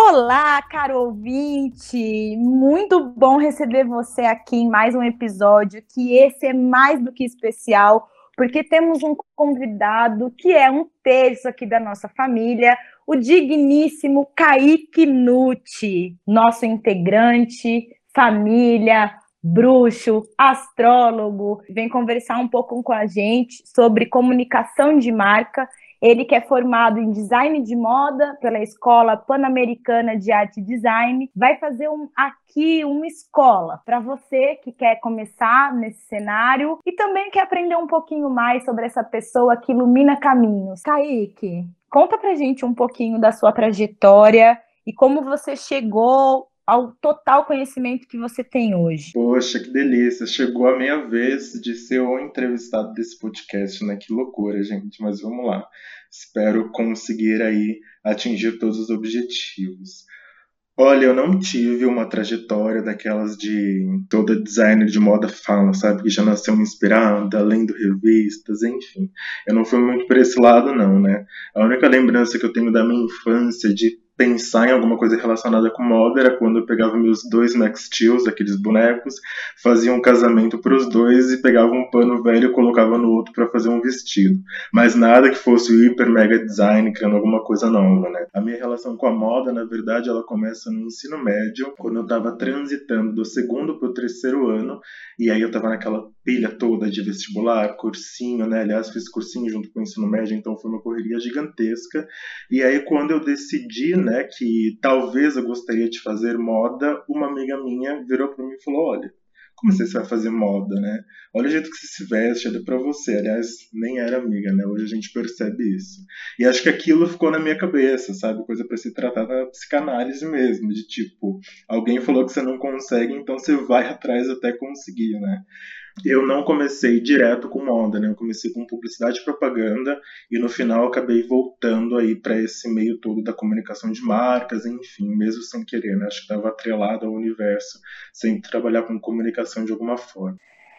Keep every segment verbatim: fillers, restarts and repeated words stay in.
Olá, caro ouvinte! Muito bom receber você aqui em mais um episódio, que esse é mais do que especial, porque temos um convidado que é um terço aqui da nossa família, o digníssimo Kaique Nutti, nosso integrante, família, bruxo, astrólogo. Vem conversar um pouco com a gente sobre comunicação de marca. Ele que é formado em design de moda pela Escola Pan-Americana de Arte e Design, vai fazer um, aqui uma escola para você que quer começar nesse cenário e também quer aprender um pouquinho mais sobre essa pessoa que ilumina caminhos. Kaique, conta pra gente um pouquinho da sua trajetória e como você chegou ao total conhecimento que você tem hoje. Poxa, que delícia! Chegou a minha vez de ser o entrevistado desse podcast, né? Que loucura, gente, mas vamos lá. Espero conseguir aí atingir todos os objetivos. Olha, eu não tive uma trajetória daquelas de toda designer de moda fala, sabe? Que já nasceu inspirada, lendo revistas, enfim. Eu não fui muito por esse lado, não, né? A única lembrança que eu tenho da minha infância de pensar em alguma coisa relacionada com moda era quando eu pegava meus dois Max Steels, aqueles bonecos, fazia um casamento para os dois e pegava um pano velho e colocava no outro para fazer um vestido. Mas nada que fosse o hiper mega design, criando alguma coisa nova, né? A minha relação com a moda, na verdade, ela começa no ensino médio, quando eu estava transitando do segundo para o terceiro ano, e aí eu estava naquela pilha toda de vestibular, cursinho, né? Aliás, fiz cursinho junto com o ensino médio, então foi uma correria gigantesca. E aí, quando eu decidi, né, que talvez eu gostaria de fazer moda, uma amiga minha virou para mim e falou: olha, como você vai fazer moda, né? Olha o jeito que você se veste, olha pra você. Aliás, nem era amiga, né? Hoje a gente percebe isso. E acho que aquilo ficou na minha cabeça, sabe? Coisa pra se tratar na psicanálise mesmo, de tipo, alguém falou que você não consegue, então você vai atrás até conseguir, né? Eu não comecei direto com moda, né? Eu comecei com publicidade e propaganda e no final acabei voltando aí para esse meio todo da comunicação de marcas, enfim, mesmo sem querer, né? Acho que estava atrelado ao universo, sempre trabalhar com comunicação de alguma forma.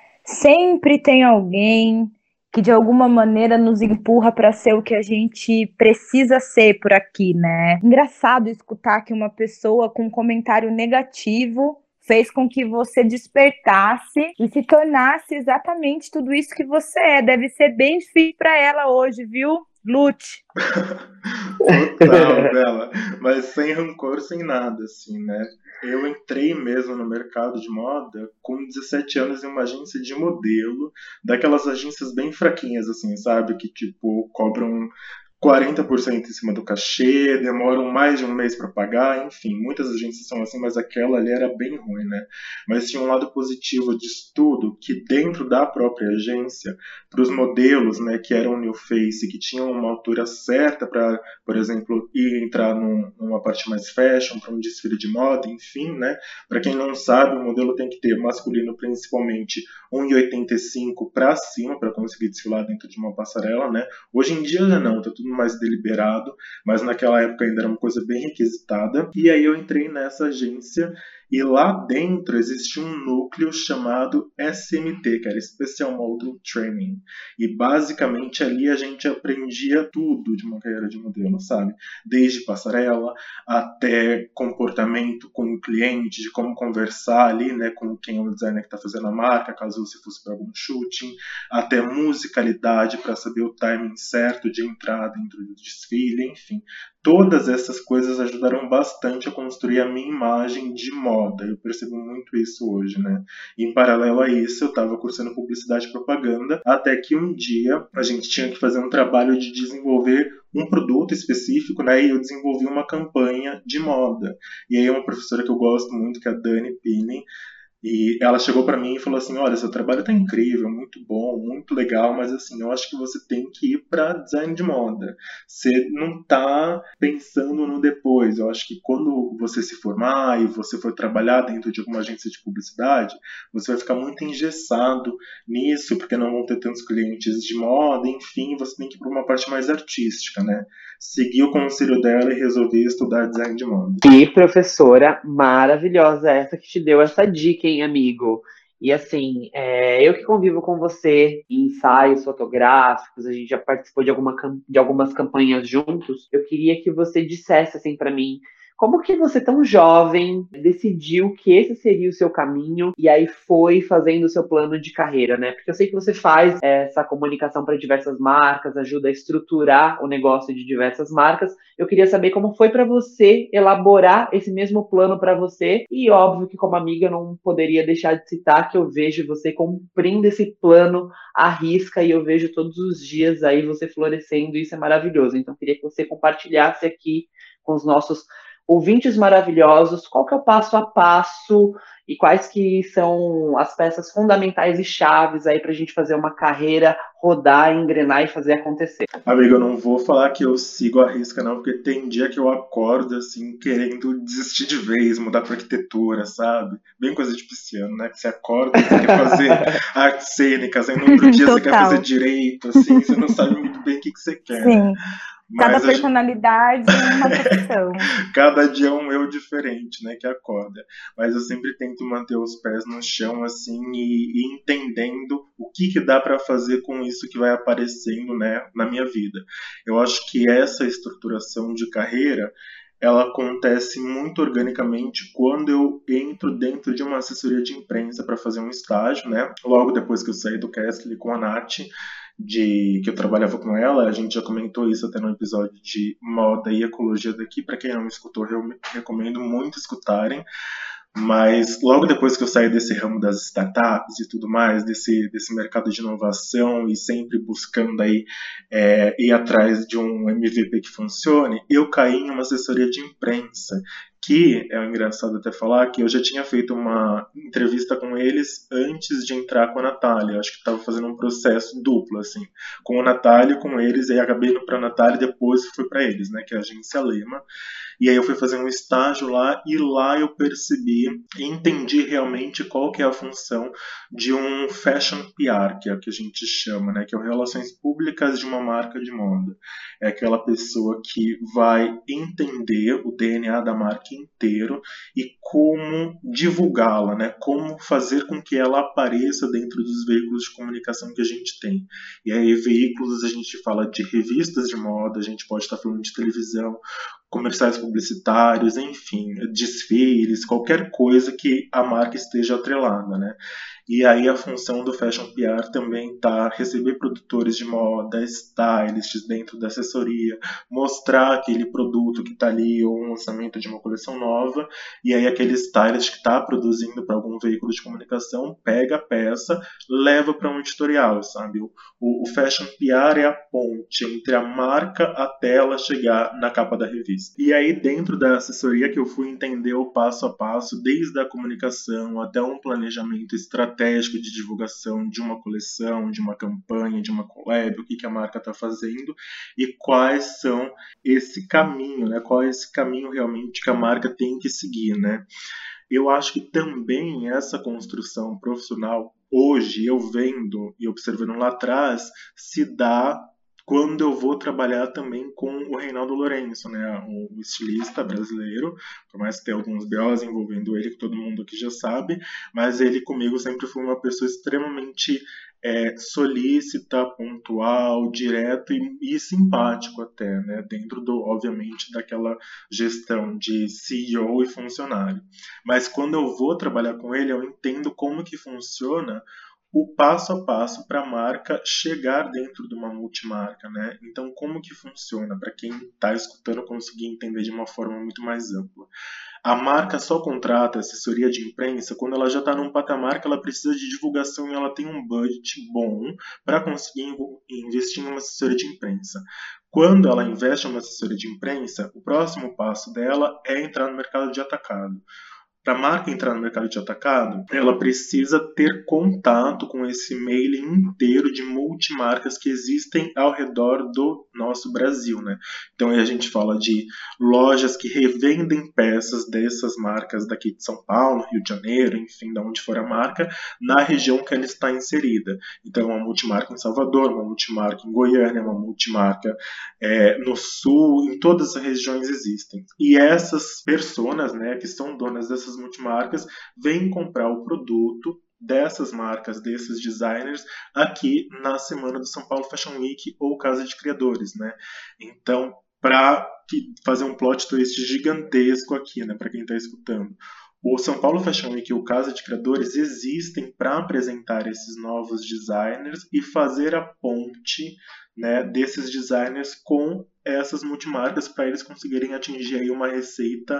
Sempre tem alguém que de alguma maneira nos empurra para ser o que a gente precisa ser por aqui, né? Engraçado escutar que uma pessoa com um comentário negativo fez com que você despertasse e se tornasse exatamente tudo isso que você é. Deve ser bem difícil para ela hoje, viu? Lute. Total, Bela. Mas sem rancor, sem nada, assim, né? Eu entrei mesmo no mercado de moda com dezessete anos em uma agência de modelo, daquelas agências bem fraquinhas, assim, sabe? Que, tipo, cobram quarenta por cento em cima do cachê, demoram mais de um mês para pagar, enfim, muitas agências são assim, mas aquela ali era bem ruim, né? Mas tinha um lado positivo disso tudo, que dentro da própria agência, para os modelos, né, que eram new face, que tinham uma altura certa para, por exemplo, ir entrar num, numa parte mais fashion, para um desfile de moda, enfim, né? Para quem não sabe, o modelo tem que ter masculino principalmente um e oitenta e cinco para cima para conseguir desfilar dentro de uma passarela, né? Hoje em dia já não, tá tudo mais deliberado, mas naquela época ainda era uma coisa bem requisitada. E aí eu entrei nessa agência e lá dentro existia um núcleo chamado S M T, que era Special Model Training. E basicamente ali a gente aprendia tudo de uma carreira de modelo, sabe? Desde passarela até comportamento com o cliente, de como conversar ali, né, com quem é o designer que está fazendo a marca, caso você fosse para algum shooting, até musicalidade para saber o timing certo de entrada dentro do desfile, enfim. Todas essas coisas ajudaram bastante a construir a minha imagem de moda. Eu percebo muito isso hoje, né? E, em paralelo a isso, eu estava cursando publicidade e propaganda, até que um dia a gente tinha que fazer um trabalho de desenvolver um produto específico, né? E eu desenvolvi uma campanha de moda. E aí uma professora que eu gosto muito, que é a Dani Pini, e ela chegou para mim e falou assim: olha, seu trabalho tá incrível, muito bom, muito legal, mas assim, eu acho que você tem que ir para design de moda. Você não tá pensando no depois. Eu acho que quando você se formar e você for trabalhar dentro de alguma agência de publicidade, você vai ficar muito engessado nisso, porque não vão ter tantos clientes de moda, enfim, você tem que ir para uma parte mais artística, né? Segui o conselho dela e resolvi estudar design de moda. Que professora maravilhosa essa que te deu essa dica, hein, amigo? E assim, é, eu que convivo com você em ensaios fotográficos, a gente já participou de, alguma, de algumas campanhas juntos. Eu queria que você dissesse assim para mim Como que você, tão jovem, decidiu que esse seria o seu caminho e aí foi fazendo o seu plano de carreira, né? Porque eu sei que você faz essa comunicação para diversas marcas, ajuda a estruturar o negócio de diversas marcas. Eu queria saber como foi para você elaborar esse mesmo plano para você. E óbvio que, como amiga, eu não poderia deixar de citar que eu vejo você cumprindo esse plano à risca e eu vejo todos os dias aí você florescendo, e isso é maravilhoso. Então, eu queria que você compartilhasse aqui com os nossos ouvintes maravilhosos qual que é o passo a passo e quais que são as peças fundamentais e chaves aí para a gente fazer uma carreira rodar, engrenar e fazer acontecer. Amigo, eu não vou falar que eu sigo a risca, não, porque tem dia que eu acordo, assim, querendo desistir de vez, mudar pra arquitetura, sabe? Bem coisa de pisciano, né? Que você acorda, você quer fazer artes cênicas, aí no outro dia você quer fazer direito, assim, você não sabe muito bem o que, que você quer. Sim. Cada Mas personalidade é uma profissão. Cada dia é um eu diferente, né, que acorda. Mas eu sempre tento manter os pés no chão, assim, e, e entendendo o que, que dá para fazer com isso que vai aparecendo, né, na minha vida. Eu acho que essa estruturação de carreira, ela acontece muito organicamente quando eu entro dentro de uma assessoria de imprensa para fazer um estágio, né? Logo depois que eu saí do Castle com a Nath, de que eu trabalhava com ela, a gente já comentou isso até no episódio de moda e ecologia daqui. Para quem não escutou, eu recomendo muito escutarem. Mas logo depois que eu saí desse ramo das startups e tudo mais, desse, desse mercado de inovação e sempre buscando aí, é, ir atrás de um M V P que funcione, eu caí em uma assessoria de imprensa, que é engraçado até falar que eu já tinha feito uma entrevista com eles antes de entrar com a Natália. Acho que estava fazendo um processo duplo, assim, com a Natália, com eles, e aí acabei indo para a Natália e depois fui para eles, né, que é a agência Lema. E aí eu fui fazer um estágio lá e lá eu percebi e entendi realmente qual que é a função de um fashion P R, que é o que a gente chama, né, que é o relações públicas de uma marca de moda. É aquela pessoa que vai entender o D N A da marca inteiro e como divulgá-la, né, como fazer com que ela apareça dentro dos veículos de comunicação que a gente tem. E aí veículos, a gente fala de revistas de moda, a gente pode estar falando de televisão, comerciais publicitários, enfim, desfiles, qualquer coisa que a marca esteja atrelada, né? E aí a função do Fashion P R também tá receber produtores de moda, stylists dentro da assessoria, mostrar aquele produto que está ali ou um lançamento de uma coleção nova, e aí aquele stylist que está produzindo para algum veículo de comunicação pega a peça, leva para um editorial, sabe? O, o Fashion P R é a ponte entre a marca até ela chegar na capa da revista. E aí dentro da assessoria que eu fui entender o passo a passo, desde a comunicação até um planejamento estratégico estratégico de divulgação de uma coleção, de uma campanha, de uma collab, o que, que a marca está fazendo e quais são esse caminho, né? Qual é esse caminho realmente que a marca tem que seguir, né? Eu acho que também essa construção profissional, hoje, eu vendo e observando lá atrás, se dá quando eu vou trabalhar também com o Reinaldo Lourenço, né, o estilista brasileiro, por mais que tenha alguns B Os envolvendo ele, que todo mundo aqui já sabe, mas ele comigo sempre foi uma pessoa extremamente é, solícita, pontual, direto e, e simpático até, né, dentro, do, obviamente, daquela gestão de C E O e funcionário. Mas quando eu vou trabalhar com ele, eu entendo como que funciona o passo a passo para a marca chegar dentro de uma multimarca, né? Então, como que funciona? Para quem está escutando conseguir entender de uma forma muito mais ampla. A marca só contrata assessoria de imprensa quando ela já está num patamar que ela precisa de divulgação e ela tem um budget bom para conseguir investir em uma assessoria de imprensa. Quando ela investe em uma assessoria de imprensa, o próximo passo dela é entrar no mercado de atacado. Para a marca entrar no mercado de atacado, ela precisa ter contato com esse mailing inteiro de multimarcas que existem ao redor do nosso Brasil, né? Então aí a gente fala de lojas que revendem peças dessas marcas daqui de São Paulo, Rio de Janeiro, enfim, de onde for a marca, na região que ela está inserida. Então uma multimarca em Salvador, uma multimarca em Goiânia, uma multimarca é, no Sul, em todas as regiões existem. E essas personas, né, que são donas dessas multimarcas, vêm comprar o produto dessas marcas, desses designers, aqui na semana do São Paulo Fashion Week ou Casa de Criadores, né? Então, para fazer um plot twist gigantesco aqui, né, para quem está escutando. O São Paulo Fashion Week e o Casa de Criadores existem para apresentar esses novos designers e fazer a ponte, né, desses designers com essas multimarcas para eles conseguirem atingir aí uma receita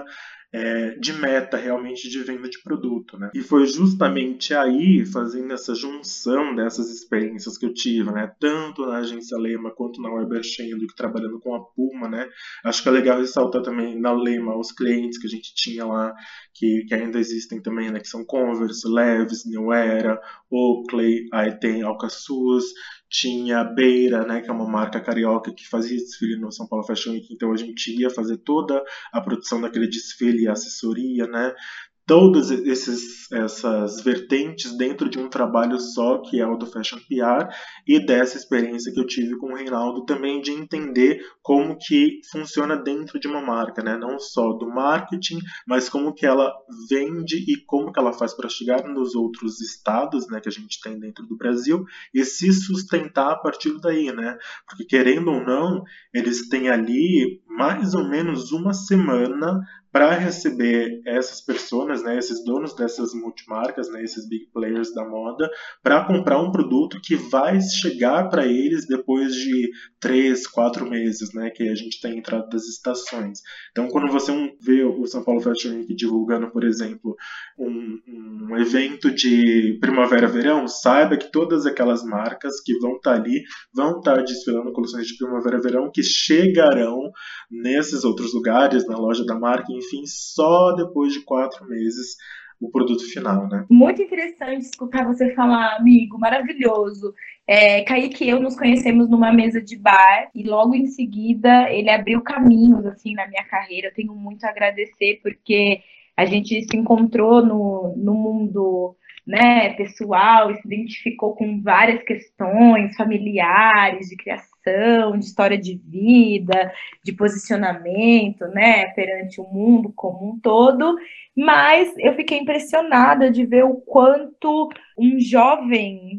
é, de meta realmente de venda de produto, né? E foi justamente aí, fazendo essa junção dessas experiências que eu tive, né, tanto na agência Lema quanto na Weber Shandwick, trabalhando com a Puma, né? Acho que é legal ressaltar também na Lema os clientes que a gente tinha lá, que, que ainda existem também, né, que são Converse, Levi's, New Era, Oakley, aí tem Alcaçuz, tinha a Beira, né, que é uma marca carioca que fazia desfile no São Paulo Fashion Week, então a gente ia fazer toda a produção daquele desfile e assessoria, né, todas esses, essas vertentes dentro de um trabalho só, que é o do Fashion P R, e dessa experiência que eu tive com o Reinaldo também de entender como que funciona dentro de uma marca, né? Não só do marketing, mas como que ela vende e como que ela faz para chegar nos outros estados, né, que a gente tem dentro do Brasil, e se sustentar a partir daí, né? Porque querendo ou não, eles têm ali mais ou menos uma semana para receber essas pessoas, né, esses donos dessas multimarcas, né, esses big players da moda, para comprar um produto que vai chegar para eles depois de três, quatro meses, né, que a gente tem entrado das estações. Então, quando você vê o São Paulo Fashion Week divulgando, por exemplo, um, um evento de primavera-verão, saiba que todas aquelas marcas que vão estar tá ali vão estar tá desfilando coleções de primavera-verão que chegarão nesses outros lugares, na loja da marca, enfim, só depois de quatro meses o produto final, né? Muito interessante escutar você falar, amigo, maravilhoso. É, Kaique e eu nos conhecemos numa mesa de bar e logo em seguida ele abriu caminhos assim na minha carreira. Eu tenho muito a agradecer porque a gente se encontrou no, no mundo, né, pessoal e se identificou com várias questões familiares, de criação, de história de vida, de posicionamento, né, perante o mundo como um todo. Mas eu fiquei impressionada de ver o quanto um jovem,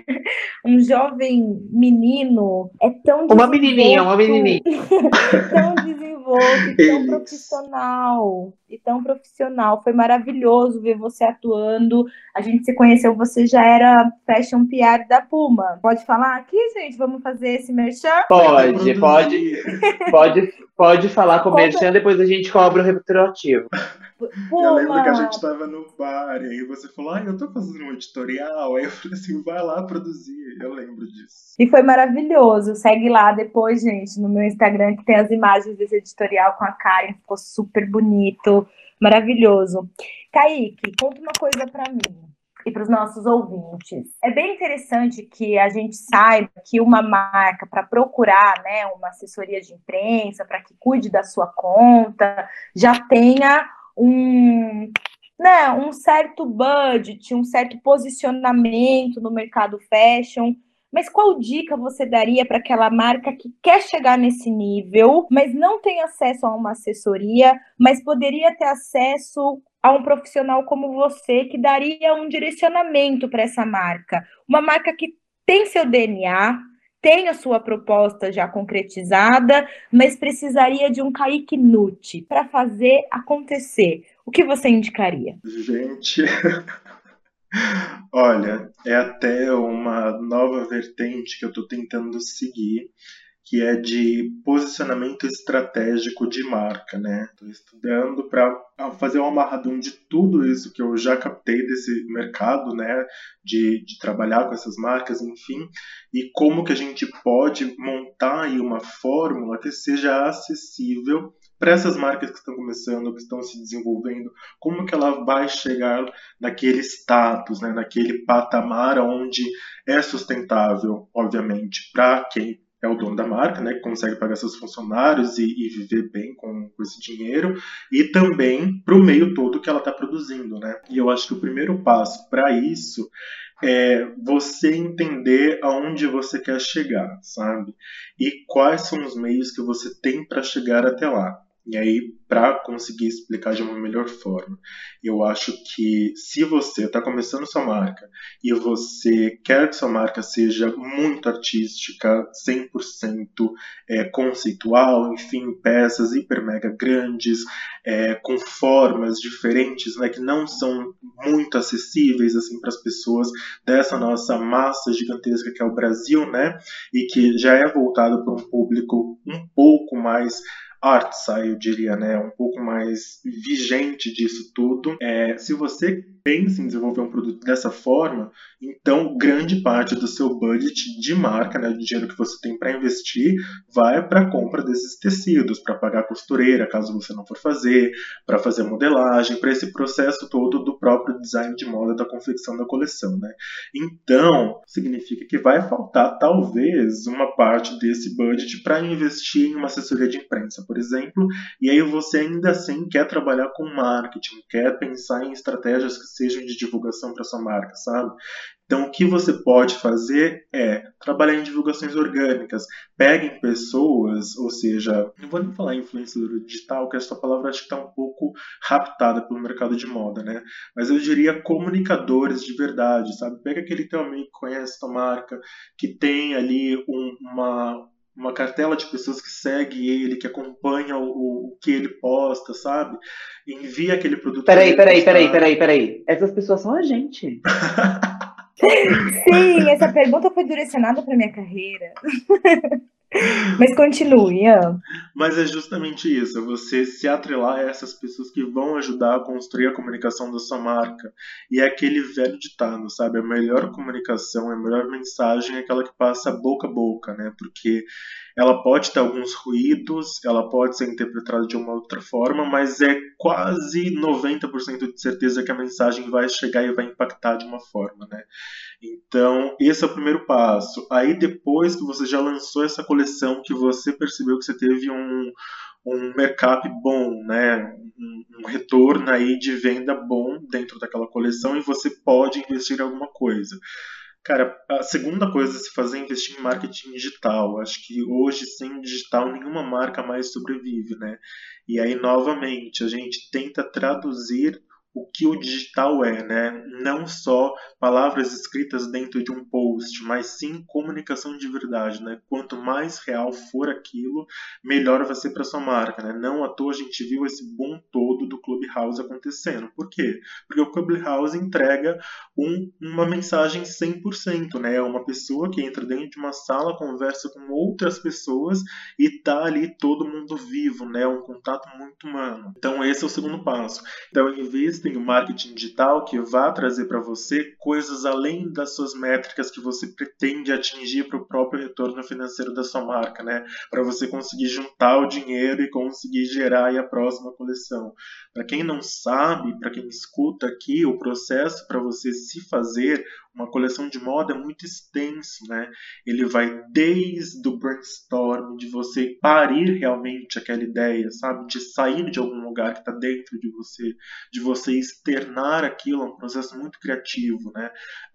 um jovem menino é tão Uma menininha, uma menininha. tão desenvolto e tão profissional. E tão profissional. Foi maravilhoso ver você atuando. A gente se conheceu, você já era Fashion P R da Puma. Pode falar aqui, gente? Vamos fazer esse merchan? Pode, pode, pode, pode falar com o merchan, depois a gente cobra o retroativo. Puma. Eu lembro que a gente tava no bar e aí você falou, ah, eu tô fazendo um editorial. Aí eu falei assim, vai lá produzir. Eu lembro disso. E foi maravilhoso. Segue lá depois, gente, no meu Instagram, que tem as imagens desse editorial com a Karen. Ficou super bonito, maravilhoso. Kaique, conta uma coisa pra mim e para os nossos ouvintes. É bem interessante que a gente saiba que uma marca, para procurar, né, uma assessoria de imprensa, para que cuide da sua conta, já tenha um, né, um certo budget, um certo posicionamento no mercado fashion. Mas qual dica você daria para aquela marca que quer chegar nesse nível, mas não tem acesso a uma assessoria, mas poderia ter acesso a um profissional como você, que daria um direcionamento para essa marca? Uma marca que tem seu D N A, tem a sua proposta já concretizada, mas precisaria de um Kaique Nucci para fazer acontecer. O que você indicaria? Gente, olha, é até uma nova vertente que eu estou tentando seguir, que é de posicionamento estratégico de marca, né? Estou estudando para fazer um amarradão de tudo isso que eu já captei desse mercado, né? De, de trabalhar com essas marcas, enfim, e como que a gente pode montar aí uma fórmula que seja acessível para essas marcas que estão começando, que estão se desenvolvendo, como que ela vai chegar naquele status, né? Naquele patamar onde é sustentável, obviamente, para quem é o dono da marca, né, que consegue pagar seus funcionários e, e viver bem com, com esse dinheiro, e também para o meio todo que ela está produzindo, né? E eu acho que o primeiro passo para isso é você entender aonde você quer chegar, sabe? E quais são os meios que você tem para chegar até lá. E aí, para conseguir explicar de uma melhor forma, eu acho que se você está começando sua marca e você quer que sua marca seja muito artística, cem por cento é, conceitual, enfim, peças hiper mega grandes, é, com formas diferentes, né, que não são muito acessíveis assim para as pessoas dessa nossa massa gigantesca que é o Brasil, né, e que já é voltado para um público um pouco mais artsy, eu diria, né, um pouco mais vigente disso tudo. É, se você pensa em desenvolver um produto dessa forma, então grande parte do seu budget de marca, né, do dinheiro que você tem para investir, vai para a compra desses tecidos, para pagar a costureira, caso você não for fazer, para fazer a modelagem, para esse processo todo do próprio design de moda, da confecção da coleção, né? Então, significa que vai faltar talvez uma parte desse budget para investir em uma assessoria de imprensa, por exemplo, e aí você ainda assim quer trabalhar com marketing, quer pensar em estratégias que sejam de divulgação para sua marca, sabe? Então, o que você pode fazer é trabalhar em divulgações orgânicas. Peguem pessoas, ou seja, não vou nem falar influenciador digital, que essa palavra acho que está um pouco raptada pelo mercado de moda, né? Mas eu diria comunicadores de verdade, sabe? Pega aquele teu amigo que conhece a marca, que tem ali um, uma... uma cartela de pessoas que segue ele, que acompanha o, o que ele posta, sabe? Envia aquele produto. Peraí, peraí, peraí, peraí, peraí. Essas pessoas são a gente. Sim, essa pergunta foi direcionada para minha carreira. Mas continue, Ian. Mas é justamente isso, é você se atrelar a essas pessoas que vão ajudar a construir a comunicação da sua marca. E é aquele velho ditado, sabe? A melhor comunicação, a melhor mensagem é aquela que passa boca a boca, né? Porque ela pode ter alguns ruídos, ela pode ser interpretada de uma outra forma, mas é quase noventa por cento de certeza que a mensagem vai chegar e vai impactar de uma forma, né? Então, esse é o primeiro passo. Aí, depois que você já lançou essa coleção, que você percebeu que você teve um, um markup bom, né? Um, um retorno aí de venda bom dentro daquela coleção e você pode investir em alguma coisa. Cara, a segunda coisa a se fazer é investir em marketing digital. Acho que hoje, sem digital, nenhuma marca mais sobrevive, né? E aí, novamente, a gente tenta traduzir o que o digital é, né? Não só palavras escritas dentro de um post, mas sim comunicação de verdade, né? Quanto mais real for aquilo, melhor vai ser para sua marca, né? Não à toa a gente viu esse boom todo do Clubhouse acontecendo. Por quê? Porque o Clubhouse entrega um, uma mensagem cem por cento, né? Uma pessoa que entra dentro de uma sala, conversa com outras pessoas e tá ali todo mundo vivo, né? Um contato muito humano. Então esse é o segundo passo. Então, em vez tem o marketing digital que vai trazer para você coisas além das suas métricas que você pretende atingir para o próprio retorno financeiro da sua marca, né? Para você conseguir juntar o dinheiro e conseguir gerar aí a próxima coleção. Para quem não sabe, para quem escuta aqui, o processo para você se fazer uma coleção de moda é muito extenso, né? Ele vai desde o brainstorm, de você parir realmente aquela ideia, sabe? De sair de algum lugar que está dentro de você, de você externar aquilo, é um processo muito criativo, né?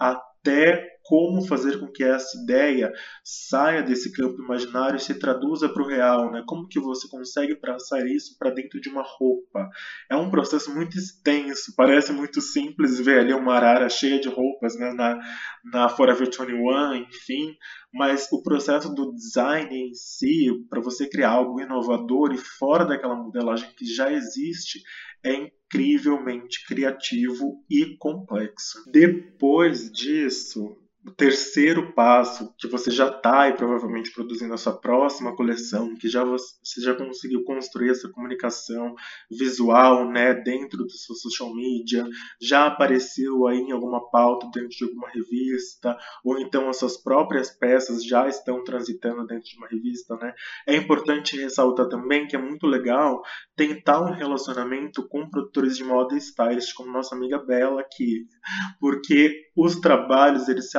Até como fazer com que essa ideia saia desse campo imaginário e se traduza para o real, né? Como que você consegue passar isso para dentro de uma roupa? É um processo muito extenso, parece muito simples ver ali uma arara cheia de roupas, né? na, na Forever vinte e um, enfim, mas o processo do design em si, para você criar algo inovador e fora daquela modelagem que já existe, é incrivelmente criativo e complexo. Depois disso, o terceiro passo, que você já está aí provavelmente produzindo a sua próxima coleção, que já você já conseguiu construir essa comunicação visual, né, dentro do seu social media, já apareceu aí em alguma pauta dentro de alguma revista, ou então as suas próprias peças já estão transitando dentro de uma revista, né? É importante ressaltar também que é muito legal tentar um relacionamento com produtores de moda e stylist, como nossa amiga Bela aqui, porque os trabalhos eles se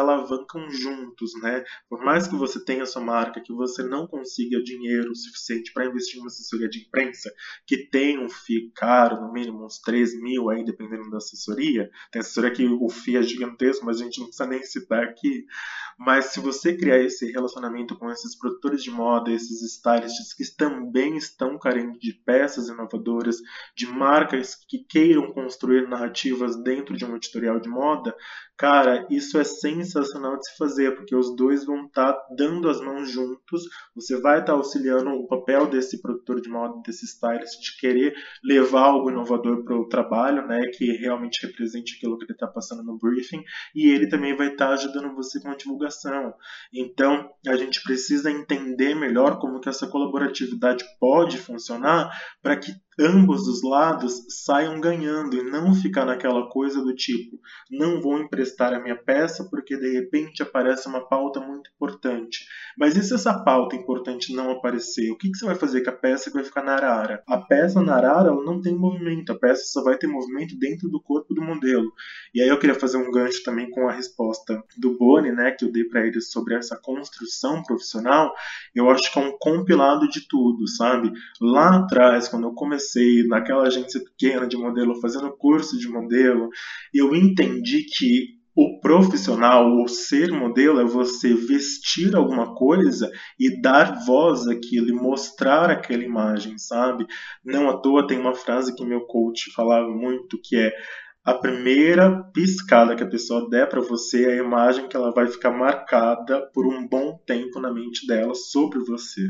alavancam juntos, né? Por mais que você tenha sua marca, que você não consiga dinheiro suficiente para investir em uma assessoria de imprensa, que tem um F I I caro, no mínimo uns três mil aí, dependendo da assessoria. Tem assessoria que o F I I é gigantesco, mas a gente não precisa nem citar aqui. Mas se você criar esse relacionamento com esses produtores de moda, esses stylists que também estão carentes de peças inovadoras, de marcas que queiram construir narrativas dentro de um editorial de moda, cara, isso é sensacional de se fazer, porque os dois vão estar dando as mãos juntos, você vai estar auxiliando o papel desse produtor de moda, desse stylist, de querer levar algo inovador para o trabalho, né, que realmente represente aquilo que ele está passando no briefing, e ele também vai estar ajudando você com a divulgação. Então, a gente precisa entender melhor como que essa colaboratividade pode funcionar para que ambos os lados saiam ganhando e não ficar naquela coisa do tipo, não vou emprestar a minha peça porque de repente aparece uma pauta muito importante. Mas e se essa pauta importante não aparecer? O que, que você vai fazer com a peça que vai ficar na arara? A peça na arara ela não tem movimento, a peça só vai ter movimento dentro do corpo do modelo. E aí eu queria fazer um gancho também com a resposta do Boni, né, que eu dei para ele sobre essa construção profissional. Eu acho que é um compilado de tudo, sabe? Lá atrás, quando eu comecei naquela agência pequena de modelo, fazendo curso de modelo, eu entendi que o profissional, o ser modelo, é você vestir alguma coisa e dar voz àquilo e mostrar aquela imagem, sabe? Não à toa tem uma frase que meu coach falava muito, que é: a primeira piscada que a pessoa der para você é a imagem que ela vai ficar marcada por um bom tempo na mente dela sobre você.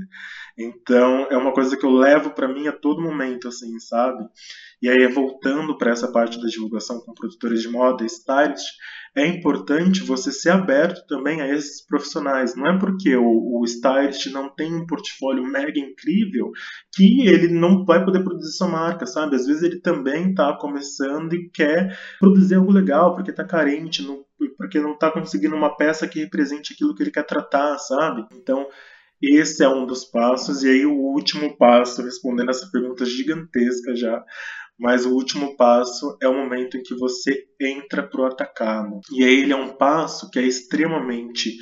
Então, é uma coisa que eu levo para mim a todo momento, assim, sabe? E aí, voltando para essa parte da divulgação com produtores de moda e stylist, é importante você ser aberto também a esses profissionais. Não é porque o, o stylist não tem um portfólio mega incrível que ele não vai poder produzir sua marca, sabe? Às vezes ele também está começando e quer produzir algo legal, porque está carente, não, porque não está conseguindo uma peça que represente aquilo que ele quer tratar, sabe? Então, esse é um dos passos. E aí o último passo, respondendo essa pergunta gigantesca já, mas o último passo é o momento em que você entra para o atacado. E aí ele é um passo que é extremamente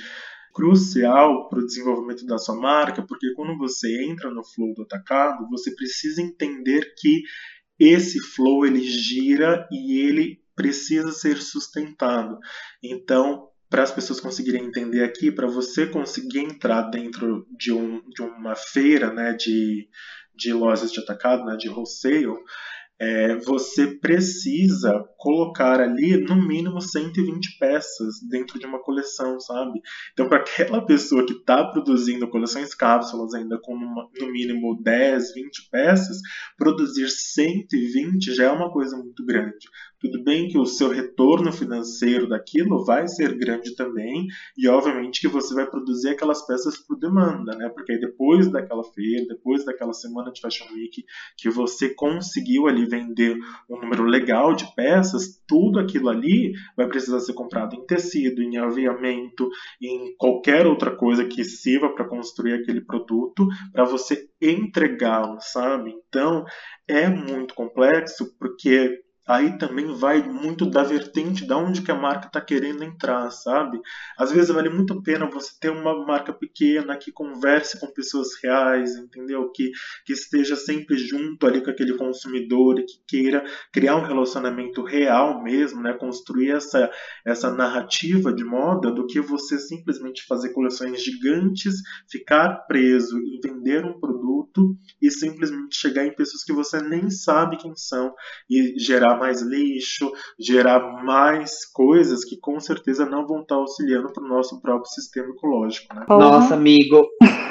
crucial para o desenvolvimento da sua marca, porque quando você entra no flow do atacado, você precisa entender que esse flow ele gira e ele precisa ser sustentado. Então, para as pessoas conseguirem entender aqui, para você conseguir entrar dentro de, um, de uma feira, né, de, de lojas de atacado, né, de wholesale, É, você precisa colocar ali no mínimo cento e vinte peças dentro de uma coleção, sabe? Então, para aquela pessoa que está produzindo coleções cápsulas ainda com uma, no mínimo dez, vinte peças, produzir cento e vinte já é uma coisa muito grande. Tudo bem que o seu retorno financeiro daquilo vai ser grande também, e obviamente que você vai produzir aquelas peças por demanda, né? Porque aí depois daquela feira, depois daquela semana de Fashion Week, que você conseguiu ali vender um número legal de peças, tudo aquilo ali vai precisar ser comprado em tecido, em aviamento, em qualquer outra coisa que sirva para construir aquele produto, para você entregá-lo, sabe? Então, é muito complexo, porque aí também vai muito da vertente de onde que a marca está querendo entrar, sabe? Às vezes vale muito a pena você ter uma marca pequena que converse com pessoas reais, entendeu? Que, que esteja sempre junto ali com aquele consumidor e que queira criar um relacionamento real mesmo, né? Construir essa, essa narrativa de moda, do que você simplesmente fazer coleções gigantes, ficar preso em vender um produto e simplesmente chegar em pessoas que você nem sabe quem são e gerar mais lixo, gerar mais coisas que com certeza não vão estar auxiliando para o nosso próprio sistema ecológico, né? Nossa, amigo.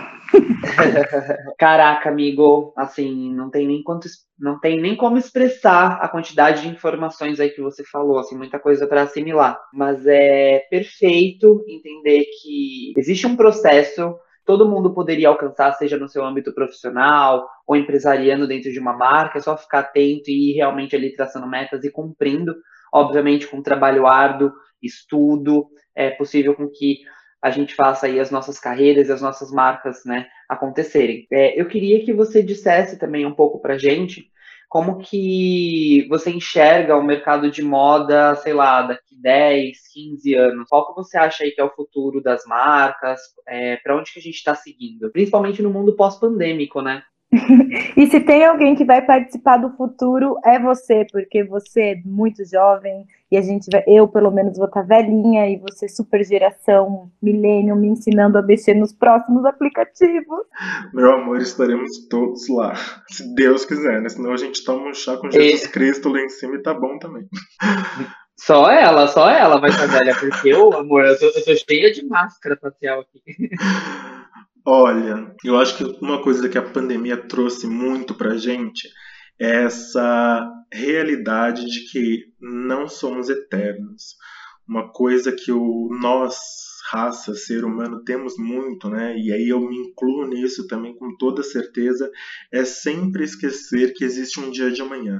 Caraca, amigo, assim, não tem nem quanto, não tem nem como expressar a quantidade de informações aí que você falou, assim, muita coisa para assimilar. Mas é perfeito entender que existe um processo, todo mundo poderia alcançar, seja no seu âmbito profissional ou empresariando dentro de uma marca, é só ficar atento e ir realmente ali traçando metas e cumprindo, obviamente com trabalho árduo, estudo, é possível com que a gente faça aí as nossas carreiras e as nossas marcas, né, acontecerem. É, eu queria que você dissesse também um pouco pra gente Como que você enxerga o mercado de moda, sei lá, daqui dez, quinze anos? Qual que você acha aí que é o futuro das marcas? É, para onde que a gente está seguindo? Principalmente no mundo pós-pandêmico, né? E se tem alguém que vai participar do futuro, é você, porque você é muito jovem e a gente vai, eu pelo menos vou estar velhinha e você super geração milênio me ensinando a mexer nos próximos aplicativos. Meu amor, estaremos todos lá, se Deus quiser, né? Senão a gente toma um chá com Jesus e... Cristo lá em cima e tá bom também. Só ela, só ela vai estar velha, porque eu, amor, eu tô, eu tô cheia de máscara facial aqui. Olha, eu acho que uma coisa que a pandemia trouxe muito pra gente é essa realidade de que não somos eternos. Uma coisa que o nós, raça, ser humano, temos muito, né? E aí eu me incluo nisso também com toda certeza, é sempre esquecer que existe um dia de amanhã.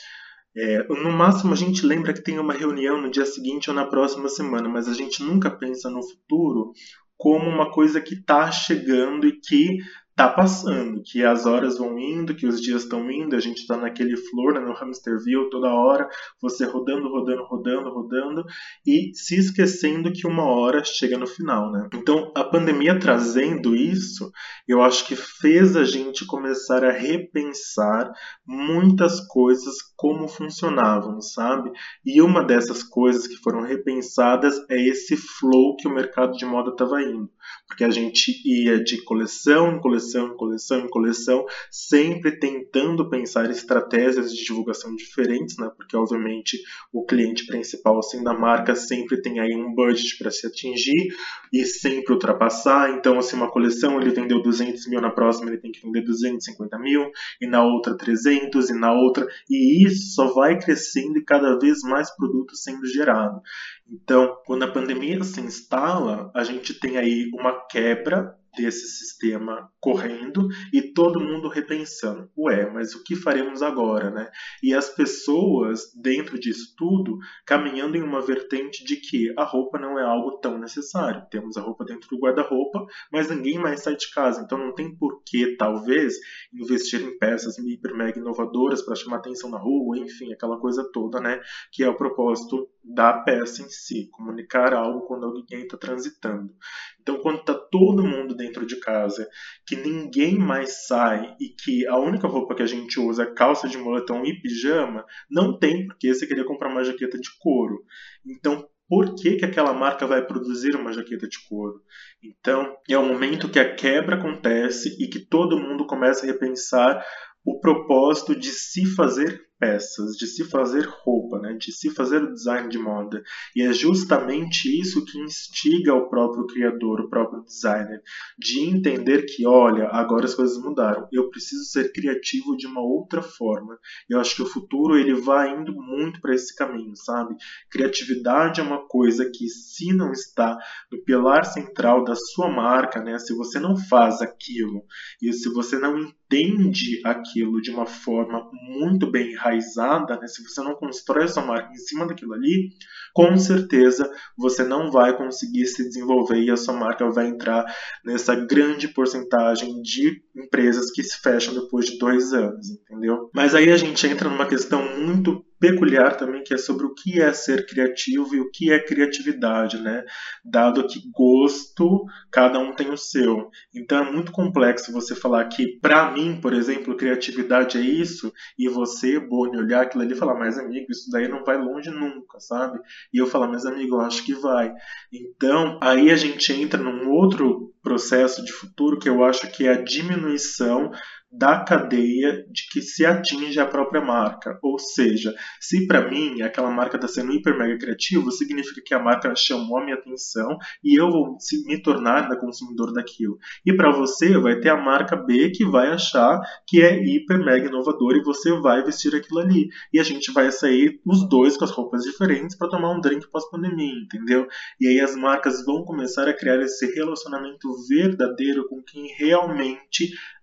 É, no máximo a gente lembra que tem uma reunião no dia seguinte ou na próxima semana, mas a gente nunca pensa no futuro como uma coisa que está chegando e que está passando, que as horas vão indo, que os dias estão indo, a gente está naquele flor, né, no hamster wheel toda hora, você rodando, rodando, rodando, rodando, e se esquecendo que uma hora chega no final, né? Então, a pandemia trazendo isso, eu acho que fez a gente começar a repensar muitas coisas como funcionavam, sabe? E uma dessas coisas que foram repensadas é esse flow que o mercado de moda estava indo, porque a gente ia de coleção em coleção em coleção em coleção, sempre tentando pensar estratégias de divulgação diferentes, né? Porque obviamente o cliente principal, sendo a marca, sempre tem aí um budget para se atingir e sempre ultrapassar. Então, se uma coleção ele vendeu duzentos mil, na próxima ele tem que vender duzentos e cinquenta mil, e na outra trezentos, e na outra, e isso só vai crescendo e cada vez mais produtos sendo gerado. Então, quando a pandemia se instala, a gente tem aí uma quebra desse sistema correndo e todo mundo repensando, ué, mas o que faremos agora, né? E as pessoas dentro disso tudo caminhando em uma vertente de que a roupa não é algo tão necessário. Temos a roupa dentro do guarda-roupa, mas ninguém mais sai de casa, então não tem por que, talvez, investir em peças hiper mega inovadoras para chamar atenção na rua, enfim, aquela coisa toda, né? Que é o propósito da peça em si, comunicar algo quando alguém está transitando. Então, quando está todo mundo dentro de casa, que ninguém mais sai e que a única roupa que a gente usa é calça de moletom e pijama, não tem porque você queria comprar uma jaqueta de couro. Então, por que que aquela marca vai produzir uma jaqueta de couro? Então, é o momento que a quebra acontece e que todo mundo começa a repensar o propósito de se fazer peças, de se fazer roupa, né? De se fazer o design de moda. E é justamente isso que instiga o próprio criador, o próprio designer, de entender que, olha, agora as coisas mudaram, eu preciso ser criativo de uma outra forma. Eu acho que o futuro ele vai indo muito para esse caminho, sabe? Criatividade é uma coisa que, se não está no pilar central da sua marca, né? Se você não faz aquilo e se você não entende aquilo de uma forma muito bem enraizada, né? Se você não constrói a sua marca em cima daquilo ali, com certeza você não vai conseguir se desenvolver e a sua marca vai entrar nessa grande porcentagem de empresas que se fecham depois de dois anos, entendeu? Mas aí a gente entra numa questão muito peculiar também, que é sobre o que é ser criativo e o que é criatividade, né? Dado que gosto, cada um tem o seu. Então é muito complexo você falar que, para mim, por exemplo, criatividade é isso, e você, Boni, olhar aquilo ali e falar, mas amigo, isso daí não vai longe nunca, sabe? E eu falar, mas amigo, eu acho que vai. Então, aí a gente entra num outro processo de futuro que eu acho que é a diminuição da cadeia de que se atinge a própria marca. Ou seja, se para mim aquela marca está sendo hiper mega criativa, significa que a marca chamou a minha atenção e eu vou me tornar da consumidor daquilo. E para você vai ter a marca B que vai achar que é hiper mega inovador e você vai vestir aquilo ali. E a gente vai sair os dois com as roupas diferentes para tomar um drink pós-pandemia, entendeu? E aí as marcas vão começar a criar esse relacionamento verdadeiro com quem realmente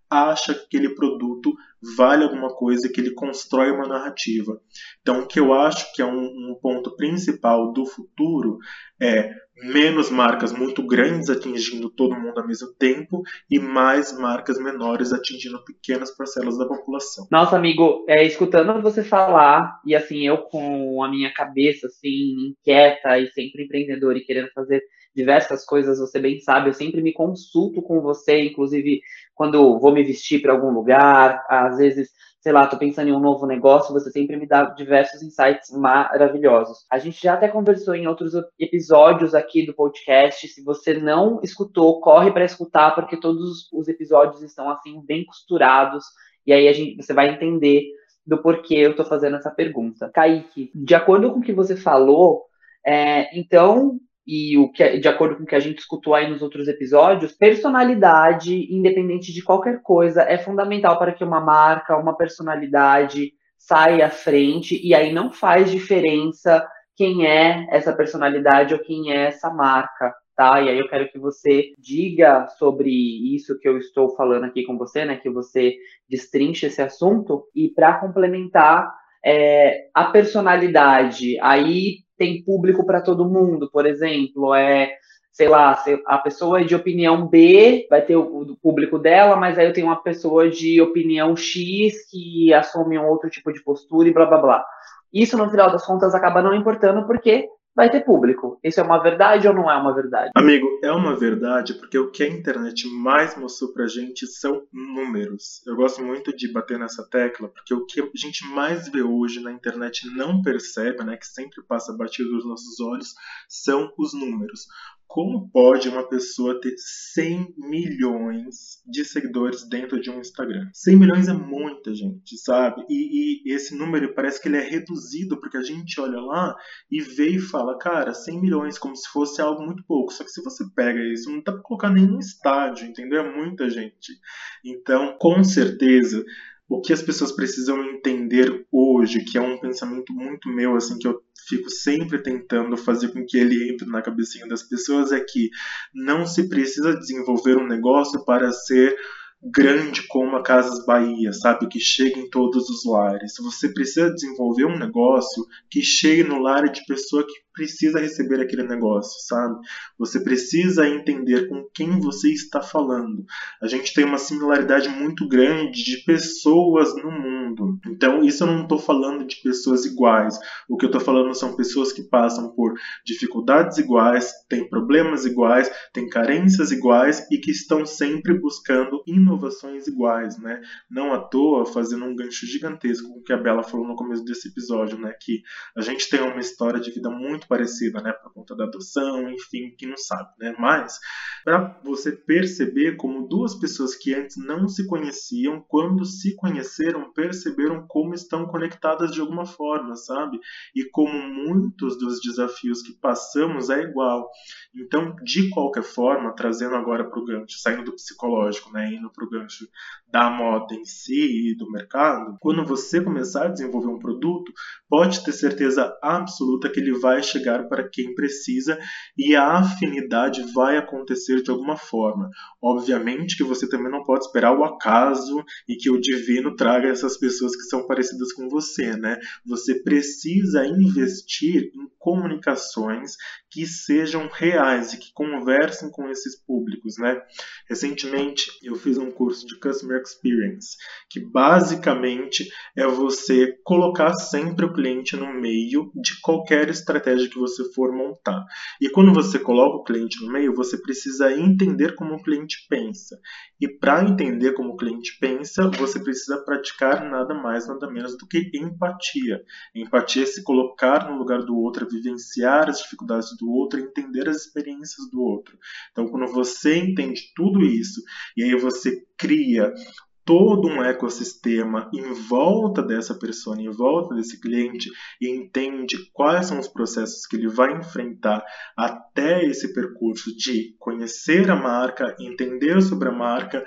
acha que aquele produto vale alguma coisa, que ele constrói uma narrativa. Então, o que eu acho que é um, um ponto principal do futuro é menos marcas muito grandes atingindo todo mundo ao mesmo tempo e mais marcas menores atingindo pequenas parcelas da população. Nossa, amigo, é, escutando você falar, e assim, eu com a minha cabeça, assim, inquieta e sempre empreendedora e querendo fazer diversas coisas, você bem sabe, eu sempre me consulto com você, inclusive quando vou me vestir para algum lugar, às vezes, sei lá, tô pensando em um novo negócio, você sempre me dá diversos insights maravilhosos. A gente já até conversou em outros episódios aqui do podcast, se você não escutou, corre para escutar, porque todos os episódios estão, assim, bem costurados, e aí a gente, você vai entender do porquê eu tô fazendo essa pergunta. Kaique, de acordo com o que você falou, é, então... e o que, de acordo com o que a gente escutou aí nos outros episódios, personalidade, independente de qualquer coisa, é fundamental para que uma marca, uma personalidade saia à frente, e aí não faz diferença quem é essa personalidade ou quem é essa marca, tá? E aí eu quero que você diga sobre isso que eu estou falando aqui com você, né? Que você destrinche esse assunto, e para complementar, é, a personalidade, aí tem público para todo mundo, por exemplo, é, sei lá, a pessoa de opinião B vai ter o, o público dela, mas aí eu tenho uma pessoa de opinião X que assume um outro tipo de postura e blá, blá, blá. Isso, no final das contas, acaba não importando porque vai ter público. Isso é uma verdade ou não é uma verdade? Amigo, é uma verdade, porque o que a internet mais mostrou pra gente são números. Eu gosto muito de bater nessa tecla, porque o que a gente mais vê hoje na internet e não percebe, né, que sempre passa batido nos nossos olhos, são os números. Como pode uma pessoa ter cem milhões de seguidores dentro de um Instagram? cem milhões é muita gente, sabe? E, e esse número parece que ele é reduzido, porque a gente olha lá e vê e fala, cara, cem milhões, como se fosse algo muito pouco. Só que se você pega isso, não dá pra colocar nem no estádio, entendeu? É muita gente. Então, com certeza, o que as pessoas precisam entender hoje, que é um pensamento muito meu, assim, que eu fico sempre tentando fazer com que ele entre na cabecinha das pessoas, é que não se precisa desenvolver um negócio para ser grande como a Casas Bahia, sabe? Que chegue em todos os lares. Você precisa desenvolver um negócio que chegue no lar de pessoa que precisa receber aquele negócio, sabe? Você precisa entender com quem você está falando. A gente tem uma similaridade muito grande de pessoas no mundo. Então, isso eu não estou falando de pessoas iguais. O que eu estou falando são pessoas que passam por dificuldades iguais, têm problemas iguais, têm carências iguais e que estão sempre buscando inovações iguais, né? Não à toa, fazendo um gancho gigantesco com o que a Bela falou no começo desse episódio, né? Que a gente tem uma história de vida muito parecida, né? Por conta da adoção, enfim, quem não sabe, né? Mas, para você perceber como duas pessoas que antes não se conheciam, quando se conheceram, perceberam como estão conectadas de alguma forma, sabe? E como muitos dos desafios que passamos é igual. Então, de qualquer forma, trazendo agora para o gancho, saindo do psicológico, né? Indo para o gancho da moda em si e do mercado, quando você começar a desenvolver um produto, pode ter certeza absoluta que ele vai chegar para quem precisa e a afinidade vai acontecer de alguma forma. Obviamente que você também não pode esperar o acaso e que o divino traga essas pessoas que são parecidas com você, né? Você precisa investir em comunicações que sejam reais e que conversem com esses públicos, né? Recentemente eu fiz um curso de Customer Experience, que basicamente é você colocar sempre o cliente no meio de qualquer estratégia que você for montar. E quando você coloca o cliente no meio, você precisa entender como o cliente pensa. E para entender como o cliente pensa, você precisa praticar nada mais, nada menos do que empatia. Empatia é se colocar no lugar do outro, é vivenciar as dificuldades do outro, é entender as experiências do outro. Então, quando você entende tudo isso, e aí você cria todo um ecossistema em volta dessa pessoa, em volta desse cliente, e entende quais são os processos que ele vai enfrentar até esse percurso de conhecer a marca, entender sobre a marca,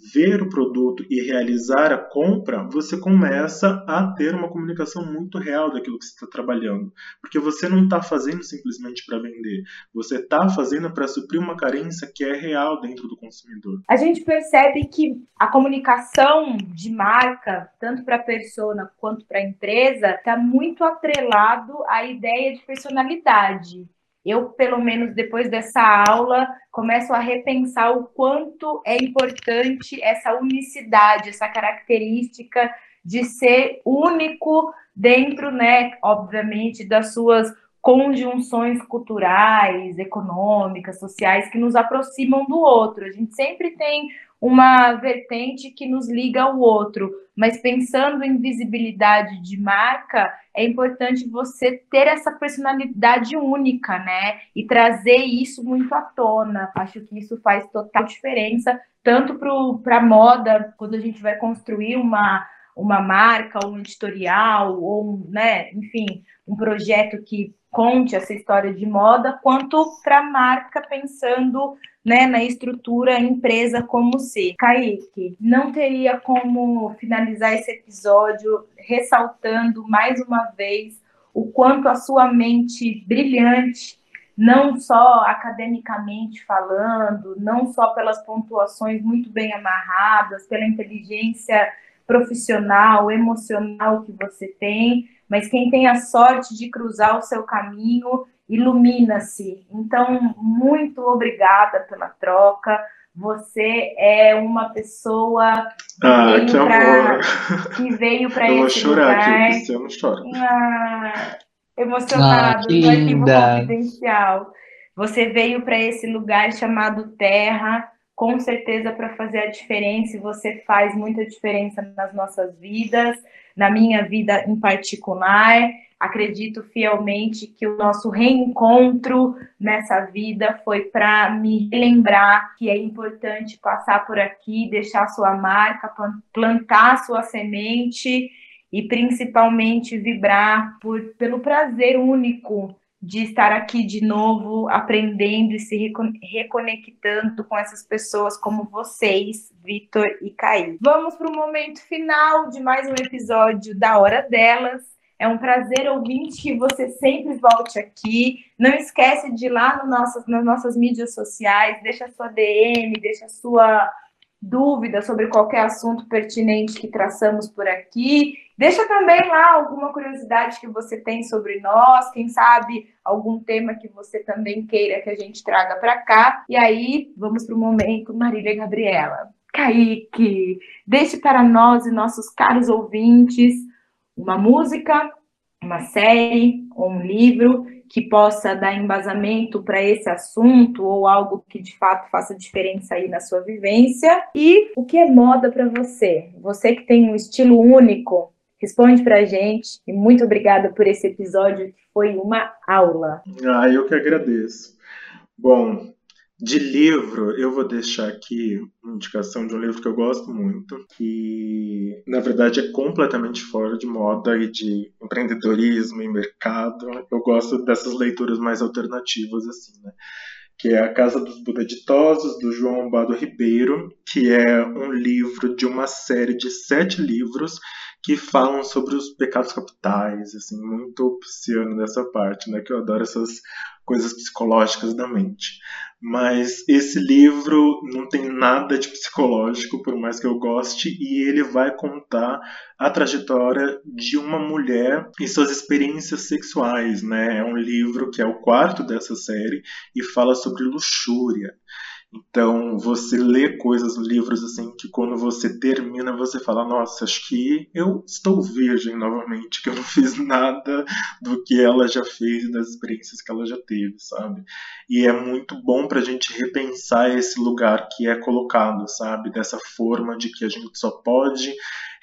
ver o produto e realizar a compra, você começa a ter uma comunicação muito real daquilo que você está trabalhando. Porque você não está fazendo simplesmente para vender, você está fazendo para suprir uma carência que é real dentro do consumidor. A gente percebe que a comunicação de marca, tanto para a persona quanto para a empresa, está muito atrelado à ideia de personalidade. Eu, pelo menos depois dessa aula, começo a repensar o quanto é importante essa unicidade, essa característica de ser único dentro, né, obviamente, das suas conjunções culturais, econômicas, sociais, que nos aproximam do outro. A gente sempre tem uma vertente que nos liga ao outro, mas pensando em visibilidade de marca, é importante você ter essa personalidade única, né? E trazer isso muito à tona. Acho que isso faz total diferença, tanto para a moda, quando a gente vai construir uma, uma marca, um editorial, ou, né, enfim, um projeto que conte essa história de moda, quanto para a marca pensando, né, na estrutura empresa como ser. Kaique, não teria como finalizar esse episódio ressaltando mais uma vez o quanto a sua mente brilhante, não só academicamente falando, não só pelas pontuações muito bem amarradas, pela inteligência profissional, emocional que você tem, mas quem tem a sorte de cruzar o seu caminho, ilumina-se. Então, muito obrigada pela troca. Você é uma pessoa que ah, veio que para que veio para esse Eu vou chorar lugar. aqui, porque eu não choro. Ah, emocionados, ah, no arquivo linda. confidencial. Você veio para esse lugar chamado Terra, com certeza para fazer a diferença, e você faz muita diferença nas nossas vidas, na minha vida em particular. Acredito fielmente que o nosso reencontro nessa vida foi para me lembrar que é importante passar por aqui, deixar sua marca, plantar sua semente e principalmente vibrar por, pelo prazer único de estar aqui de novo, aprendendo e se reconectando com essas pessoas como vocês, Vitor e Kaique. Vamos para o momento final de mais um episódio da Hora Delas. É um prazer, ouvinte, que você sempre volte aqui. Não esquece de ir lá no nossas, nas nossas mídias sociais, deixa a sua D M, deixa a sua dúvida sobre qualquer assunto pertinente que traçamos por aqui. Deixa também lá alguma curiosidade que você tem sobre nós, quem sabe algum tema que você também queira que a gente traga para cá. E aí, vamos para o momento, Marília e Gabriela. Kaique, deixe para nós e nossos caros ouvintes uma música, uma série ou um livro que possa dar embasamento para esse assunto ou algo que de fato faça diferença aí na sua vivência. E o que é moda para você? Você que tem um estilo único, responde para a gente. E muito obrigada por esse episódio, que foi uma aula. Ah, eu que agradeço. Bom, de livro, eu vou deixar aqui uma indicação de um livro que eu gosto muito, que na verdade é completamente fora de moda e de empreendedorismo e mercado. Eu gosto dessas leituras mais alternativas, assim, né? Que é A Casa dos Buda Ditosos, do João Bado Ribeiro, que é um livro de uma série de sete livros que falam sobre os pecados capitais, assim, muito pisciano nessa parte, né? Que eu adoro essas coisas psicológicas da mente. Mas esse livro não tem nada de psicológico, por mais que eu goste, e ele vai contar a trajetória de uma mulher e suas experiências sexuais, né? É um livro que é o quarto dessa série e fala sobre luxúria. Então, você lê coisas, livros assim, que quando você termina, você fala, nossa, acho que eu estou virgem novamente, que eu não fiz nada do que ela já fez, das experiências que ela já teve, sabe? E é muito bom pra gente repensar esse lugar que é colocado, sabe? Dessa forma de que a gente só pode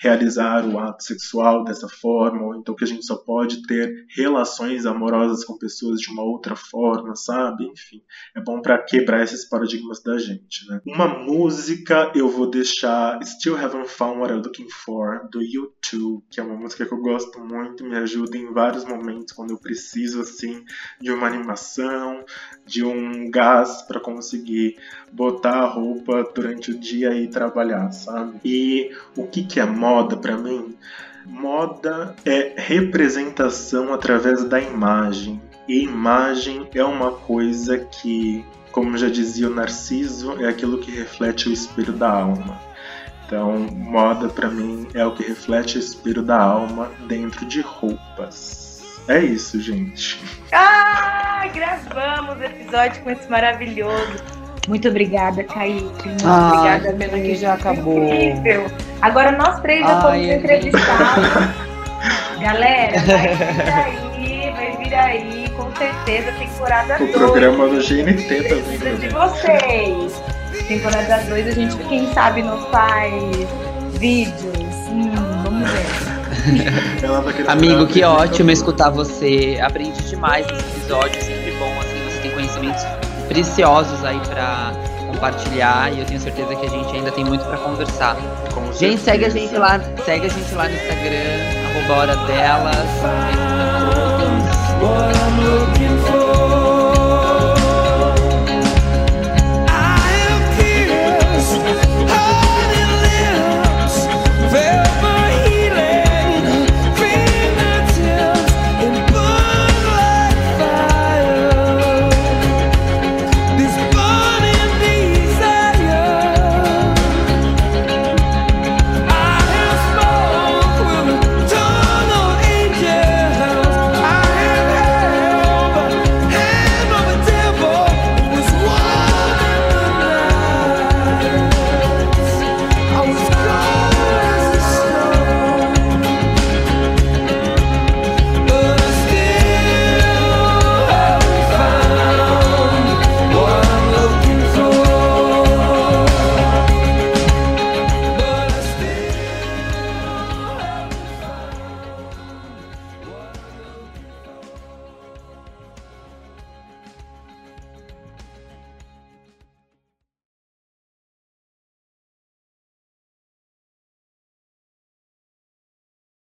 realizar o ato sexual dessa forma, ou então que a gente só pode ter relações amorosas com pessoas de uma outra forma, sabe? Enfim, é bom para quebrar esses paradigmas da gente, né? Uma música eu vou deixar Still Haven't Found What I'm Looking For, do U dois, que é uma música que eu gosto muito, me ajuda em vários momentos quando eu preciso, assim, de uma animação, de um gás para conseguir botar a roupa durante o dia e trabalhar, sabe? E o que que é moda para mim? Moda é representação através da imagem. E imagem é uma coisa que, como já dizia o Narciso, é aquilo que reflete o espelho da alma. Então, moda pra mim é o que reflete o espelho da alma dentro de roupas. É isso, gente. Ah, gravamos o episódio com esse maravilhoso. Muito obrigada, Kaique. Muito ah, obrigada, pena que já acabou. Incrível. Agora nós três já fomos entrevistados. Galera, vai vir aí, vai vir aí, com certeza, temporada dois. O programa do G N T também. Precisa de vocês. Temporada dois, a gente, quem sabe, nos faz vídeos. Hum, vamos ver. Amigo, que ótimo escutar você. Aprendi demais nesse episódio, sempre bom, assim, você tem conhecimentos preciosos aí pra compartilhar, e eu tenho certeza que a gente ainda tem muito pra conversar. Com gente, segue a gente lá, segue a gente lá no Instagram, arroba Hora Delas.